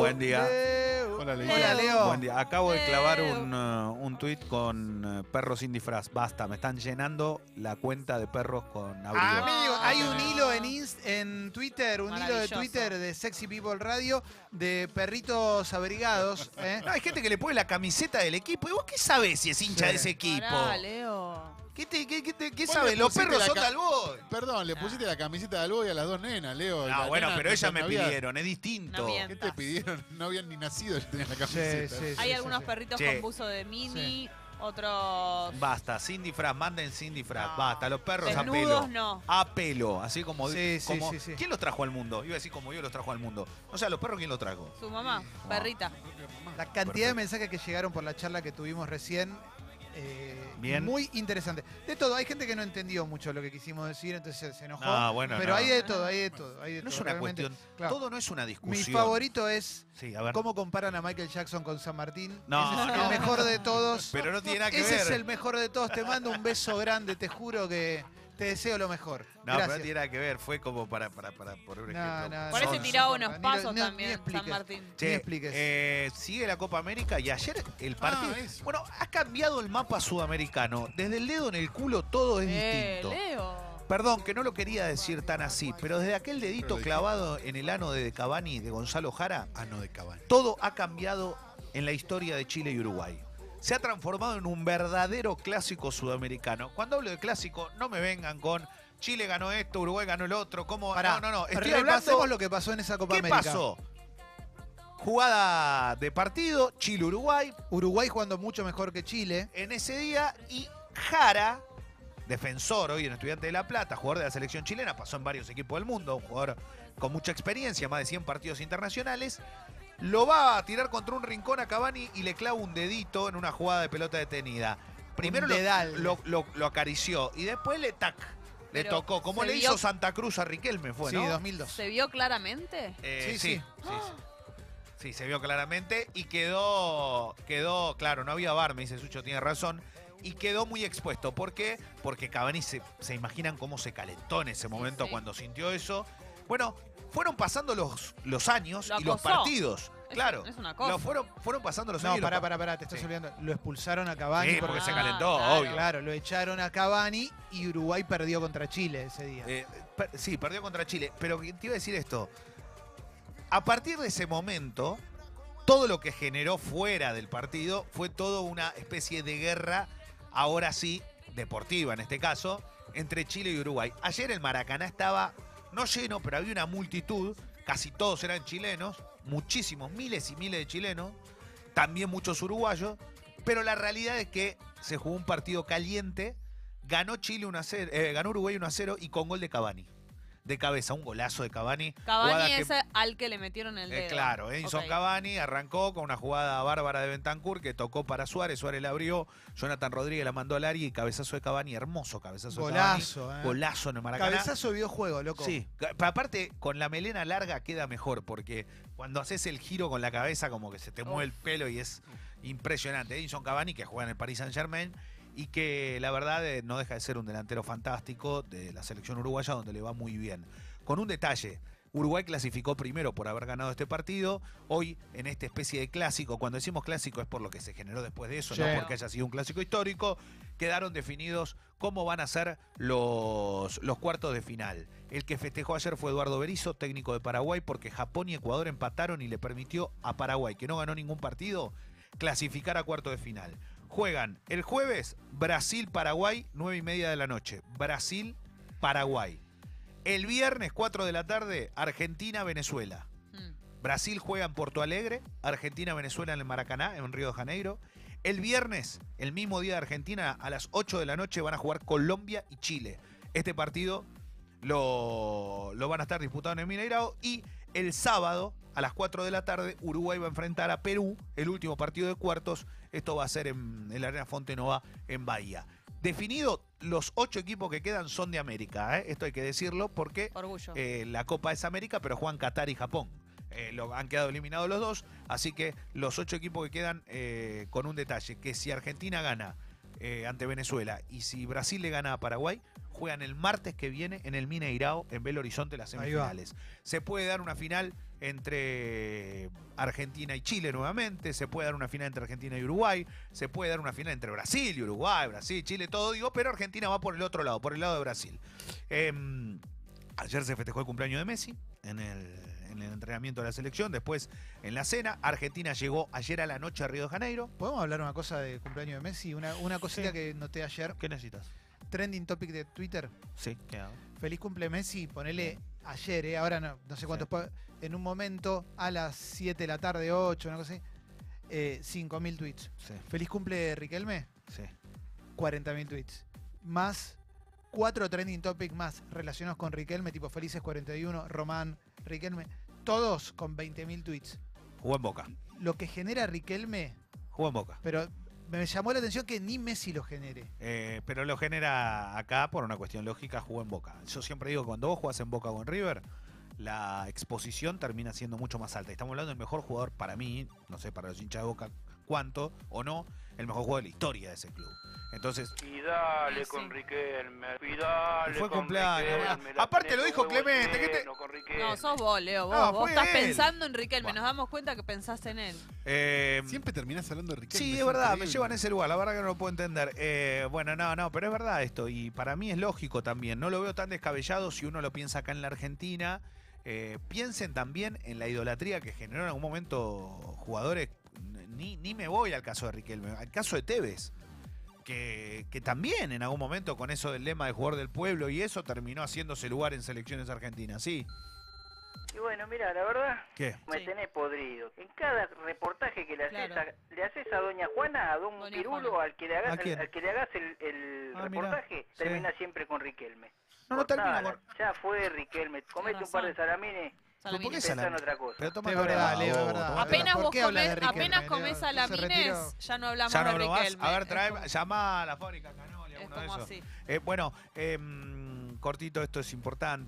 Buen día. Hola, Leo. Hola, Leo. Buen día. Acabo de clavar un tuit con perros sin disfraz. Basta, me están llenando la cuenta de perros con abrigo. Amigo, hay un no. hilo en Twitter, un hilo de Maravilloso. Twitter de Sexy People Radio de perritos abrigados. No, hay gente que le pone la camiseta del equipo. ¿Y vos qué sabés si es hincha Sí. de ese equipo? Pará, Leo. ¿Qué Vos sabés? le Los pusiste perros la son ca- de Alboy. Perdón, le pusiste la camiseta de Alboy a las dos nenas, Leo. No, La bueno, nena pero ellas me no había- pidieron, es distinto. No mientas. ¿Qué te pidieron? No habían ni nacido, ya tenían la Sí, camiseta. sí, Hay sí, algunos sí. perritos Che. con buzo de mini, otros Basta, sin disfraz, manden sin disfraz. No. Basta, los perros a desnudos, pelo. no. A pelo, así como, Sí, sí, como- sí, sí. ¿Quién los trajo al mundo? Iba a decir como yo los trajo al mundo. O sea, los perros, ¿quién los trajo? Su mamá, perrita. La cantidad de Perfecto. mensajes que llegaron por la charla que tuvimos recién. Bien. Muy interesante. De todo, hay gente que no entendió mucho lo que quisimos decir, entonces se enojó. No, bueno, pero no. hay de todo, hay de todo. Hay de No es todo, una realmente. cuestión. Claro. Todo no es una Mi discusión. favorito es Sí, a ver. cómo comparan a Michael Jackson con San Martín. No, Ese es no. el mejor de todos. Pero no tiene nada que Ese ver. es el mejor de todos. Te mando un beso grande, te juro que te deseo lo mejor. No, pero no Gracias. tiene nada que ver. Fue como para por un No, ejemplo. no, Por eso no, tiraba no, unos ni lo- pasos ni también, expliques. San Martín. Che, Ni expliques. sigue la Copa América y ayer el partido. eso. Bueno, ha cambiado el mapa sudamericano. Desde el dedo en el culo todo es distinto. Leo. Perdón, que no lo quería decir tan así, pero desde aquel dedito Pero de qué. clavado en el ano de Cavani, de Gonzalo Jara, Ah, no, de Cavani. todo ha cambiado en la historia de Chile y Uruguay. Se ha transformado en un verdadero clásico sudamericano. Cuando hablo de clásico, no me vengan con Chile ganó esto, Uruguay ganó el otro. ¿Cómo? Pará, No. Estoy repasemos hablando. lo que pasó en esa Copa ¿Qué América. pasó? Jugada de partido, Chile-Uruguay, Uruguay jugando mucho mejor que Chile. en ese día, y Jara, defensor hoy en Estudiantes de La Plata, jugador de la selección chilena, pasó en varios equipos del mundo, un jugador con mucha experiencia, más de 100 partidos internacionales, lo va a tirar contra un rincón a Cavani y le clava un dedito en una jugada de pelota detenida. Primero Un dedal. lo acarició y después le Pero tocó, como se le vio- hizo Santa Cruz a Riquelme, fue, Sí, ¿no? 2002. ¿Se vio claramente? Sí, Sí, sí. Sí, se vio claramente y quedó, claro, no había VAR, me dice Sucho, tiene razón, y quedó muy expuesto. ¿Por qué? Porque Cavani se imaginan cómo se calentó en ese momento sí. cuando sintió eso. Bueno, fueron pasando los años Lo y los acosó. partidos. Claro. Es una cosa. Fueron pasando los No, años. y los pará, te estás Sí. olvidando. Lo expulsaron a Cavani. Sí, porque se Ah, calentó, claro. obvio. Claro, lo echaron a Cavani y Uruguay perdió contra Chile ese día. Sí, perdió contra Chile. Pero te iba a decir esto. A partir de ese momento, todo lo que generó fuera del partido fue toda una especie de guerra, ahora sí, deportiva en este caso, entre Chile y Uruguay. Ayer el Maracaná estaba, no lleno, pero había una multitud, casi todos eran chilenos, muchísimos, miles y miles de chilenos, también muchos uruguayos, pero la realidad es que se jugó un partido caliente, ganó Chile 1-0, ganó Uruguay 1-0 y con gol de Cavani. De cabeza, un golazo de Cavani. jugada Cavani que- es al que le metieron el dedo. claro, Edinson Ok. Cavani arrancó con una jugada bárbara de Bentancur que tocó para Suárez, Suárez la abrió, Jonathan Rodríguez la mandó al área y cabezazo de Cavani, hermoso cabezazo Golazo, de Cavani. eh. Golazo en el Maracaná. Cabezazo de videojuego, loco. Sí, aparte con la melena larga queda mejor porque cuando haces el giro con la cabeza como que se te mueve el pelo y es impresionante. Edinson Cavani que juega en el Paris Saint-Germain y que la verdad no deja de ser un delantero fantástico de la selección uruguaya donde le va muy bien. Con un detalle, Uruguay clasificó primero por haber ganado este partido. Hoy, en esta especie de clásico, cuando decimos clásico es por lo que se generó después de eso, Sí. no porque haya sido un clásico histórico, quedaron definidos cómo van a ser los cuartos de final. El que festejó ayer fue Eduardo Berizzo, técnico de Paraguay, porque Japón y Ecuador empataron y le permitió a Paraguay, que no ganó ningún partido, clasificar a cuartos de final. Juegan el jueves Brasil-Paraguay, 9:30 de la noche. Brasil-Paraguay. El viernes, 4 de la tarde, Argentina-Venezuela. Mm. Brasil juega en Porto Alegre, Argentina-Venezuela en el Maracaná, en Río de Janeiro. El viernes, el mismo día de Argentina, a las 8 de la noche van a jugar Colombia y Chile. Este partido lo van a estar disputando en Mineirao. Y el sábado, a las 4 de la tarde, Uruguay va a enfrentar a Perú, el último partido de cuartos. Esto va a ser en la Arena Fontenova, en Bahía. Definido, los 8 equipos que quedan son de América. Esto hay que decirlo porque Orgullo. la Copa es América, pero juegan Qatar y Japón. Han quedado eliminados los dos, así que los 8 equipos que quedan con un detalle, que si Argentina gana ante Venezuela. Y si Brasil le gana a Paraguay, juegan el martes que viene en el Mineirao, en Belo Horizonte, las Ahí va. semifinales. Se puede dar una final entre Argentina y Chile nuevamente, se puede dar una final entre Argentina y Uruguay, se puede dar una final entre Brasil y Uruguay, Brasil, Chile, todo digo, pero Argentina va por el otro lado, por el lado de Brasil. Ayer se festejó el cumpleaños de Messi en el entrenamiento de la selección, después en la cena. Argentina llegó ayer a la noche a Río de Janeiro. ¿Podemos hablar una cosa de cumpleaños de Messi? Una cosita Sí. que noté ayer. ¿Qué necesitas? Trending topic de Twitter. Sí, ¿qué hago? Feliz cumple Messi, ponele ayer, ahora no sé cuánto después, en un momento a las 7 de la tarde, 8, una cosa así, 5.000 tweets. Sí, Feliz cumple Riquelme, sí. 40.000 tweets. Más 4 trending topics más relacionados con Riquelme, tipo Felices 41, Román, Riquelme, todos con 20.000 tweets. Jugó en Boca. Lo que genera Riquelme, Jugó en Boca. pero me llamó la atención que ni Messi lo genere. Pero lo genera acá por una cuestión lógica, jugó en Boca. Yo siempre digo, cuando vos jugás en Boca o en River, la exposición termina siendo mucho más alta. Estamos hablando del mejor jugador para mí, no sé, para los hinchas de Boca cuánto o no, el mejor jugador de la historia de ese club. Entonces, Y dale Sí. con Riquelme, y dale fue con cumpleaños, Riquelme, ¿verdad? Aparte la lo dijo tenés Clemente, como ¿qué te- bueno con Riquelme. No, sos vos, Leo. Vos, No, vos fue estás él. pensando en Riquelme. Bueno. Nos damos cuenta que pensaste en él. Siempre terminás hablando de Riquelme. sí, es es verdad, me increíble. llevan a ese lugar, la verdad que no lo puedo entender. Bueno, no, pero es verdad esto, y para mí es lógico también. No lo veo tan descabellado si uno lo piensa acá en la Argentina. Piensen también en la idolatría que generó en algún momento jugadores. Ni me voy al caso de Riquelme, al caso de Tevez. Que también en algún momento con eso del lema de jugador del pueblo y eso terminó haciéndose lugar en selecciones argentinas, sí. Y bueno, mira, la verdad, ¿Qué? me Sí. tenés podrido. En cada reportaje que le haces, Claro. le haces a Doña Juana, a Don Doña Pirulo, Juana. al que le hagas, ¿A quién? al que le hagas el Ah, mirá. reportaje, Sí. termina siempre con Riquelme. No termina Cortala, con. Ya fue Riquelme. Comete un par de razón. salamines ¿Pero por y qué pensá en salamines? otra cosa. Pero toma Es verdad, Leo, es verdad. toma- Apenas ¿Por vos qué hablas de comés, Riquelme, apenas Leo? comés Se salamines, retiró. ya no hablamos Ya no de lo vas. Riquelme. A ver, Es trae, como- llama a la fábrica Canoli, Es alguno como de esos. así. Bueno, cortito, esto es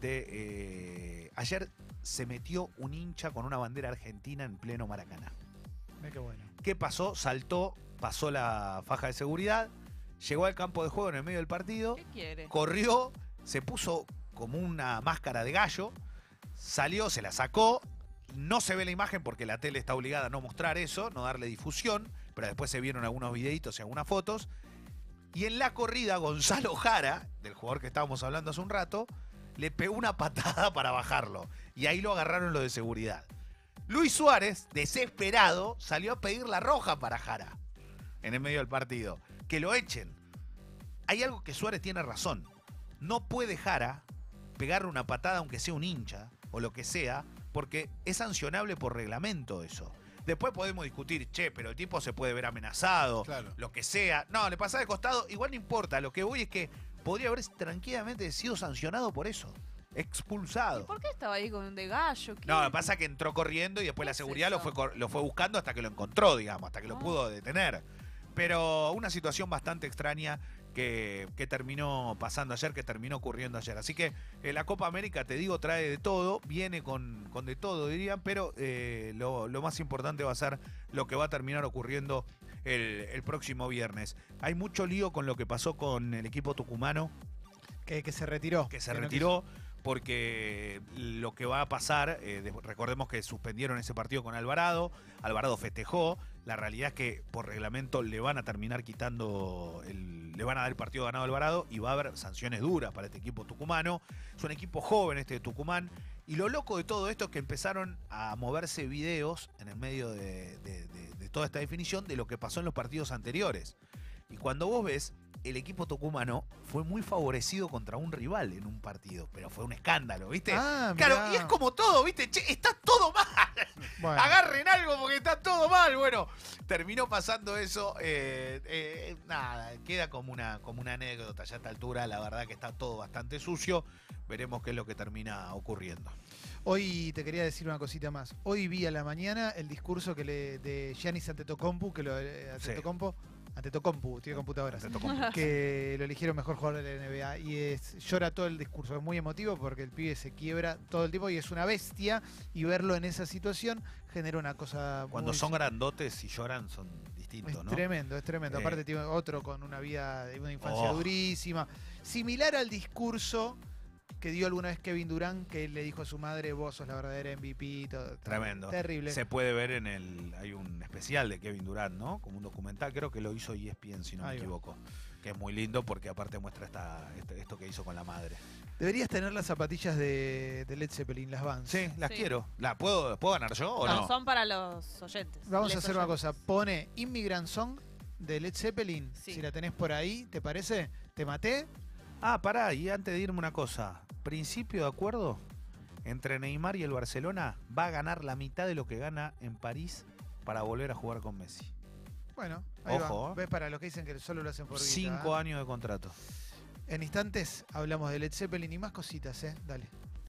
importante. Ayer se metió un hincha con una bandera argentina en pleno Maracaná. Mira qué bueno. ¿Qué pasó? Saltó, pasó la faja de seguridad, llegó al campo de juego en el medio del partido, ¿Qué quiere? corrió, se puso como una máscara de gallo, salió, se la sacó. No se ve la imagen porque la tele está obligada a no mostrar eso, no darle difusión, pero después se vieron algunos videitos y algunas fotos. Y en la corrida, Gonzalo Jara, del jugador que estábamos hablando hace un rato, le pegó una patada para bajarlo. Y ahí lo agarraron los de seguridad. Luis Suárez, desesperado, salió a pedir la roja para Jara en el medio del partido. Que lo echen. Hay algo que Suárez tiene razón. No puede Jara pegarle una patada aunque sea un hincha o lo que sea, porque es sancionable por reglamento eso. Después podemos discutir, che, pero el tipo se puede ver amenazado, Claro. lo que sea. No, le pasa de costado, igual no importa. Lo que voy es que podría haber tranquilamente sido sancionado por eso. Expulsado. ¿Y por qué estaba ahí con un de gallo? ¿Qué? No, lo que pasa es que entró corriendo y después ¿Qué la es seguridad eso? lo fue buscando hasta que lo encontró, digamos, hasta que lo Ah. pudo detener. Pero una situación bastante extraña que terminó pasando ayer, que terminó ocurriendo ayer. Así que la Copa América, te digo, trae de todo, viene con de todo, dirían, pero lo más importante va a ser lo que va a terminar ocurriendo el próximo viernes. Hay mucho lío con lo que pasó con el equipo tucumano, Que se retiró. que se no retiró, porque lo que va a pasar, recordemos que suspendieron ese partido con Alvarado festejó, la realidad es que por reglamento le van a terminar quitando, le van a dar el partido ganado a Alvarado y va a haber sanciones duras para este equipo tucumano. Es un equipo joven este de Tucumán, y lo loco de todo esto es que empezaron a moverse videos en el medio de toda esta definición de lo que pasó en los partidos anteriores. Y cuando vos ves, el equipo tucumano fue muy favorecido contra un rival en un partido, pero fue un escándalo, ¿viste? Ah, Claro, mirá. y es como todo, ¿viste? Che, está todo mal. Bueno, Agarren algo porque está todo mal. Bueno, terminó pasando eso. Nada, queda como una anécdota ya a esta altura. La verdad que está todo bastante sucio. Veremos qué es lo que termina ocurriendo. hoy te quería decir una cosita más. Hoy vi a la mañana el discurso de Giannis Antetokounmpo, Antetokounmpo, tiene computadoras, que lo eligieron mejor jugador de la NBA. Y llora todo el discurso, es muy emotivo porque el pibe se quiebra todo el tiempo y es una bestia. Y verlo en esa situación genera una cosa Cuando muy- son grandotes y lloran son distintos. distinto, Es ¿no? tremendo, es tremendo. Eh, Aparte tiene otro con una vida, una infancia Oh. durísima. Similar al discurso que dio alguna vez Kevin Durant, que él le dijo a su madre, vos sos la verdadera MVP. Todo, Tremendo. Terrible. Se puede ver hay un especial de Kevin Durant, ¿no? Como un documental, creo que lo hizo ESPN, si no me Ahí va. equivoco. Que es muy lindo porque aparte muestra esto que hizo con la madre. Deberías tener las zapatillas de Led Zeppelin, las Vans. Sí, las Sí. quiero. ¿Puedo ganar yo o No, no? son para los oyentes. Vamos a Les hacer una oyentes. cosa. Pone Immigrant Song de Led Zeppelin. Sí. Si la tenés por ahí, ¿te parece? ¿Te maté? Ah, pará, y antes de irme una cosa. Principio de acuerdo entre Neymar y el Barcelona, va a ganar la mitad de lo que gana en París para volver a jugar con Messi. Bueno, ahí Ojo, va. ¿Ves? Para los que dicen que solo lo hacen por guita, 5 ¿eh? años de contrato. En instantes hablamos de Led Zeppelin y más cositas, ¿eh? Dale.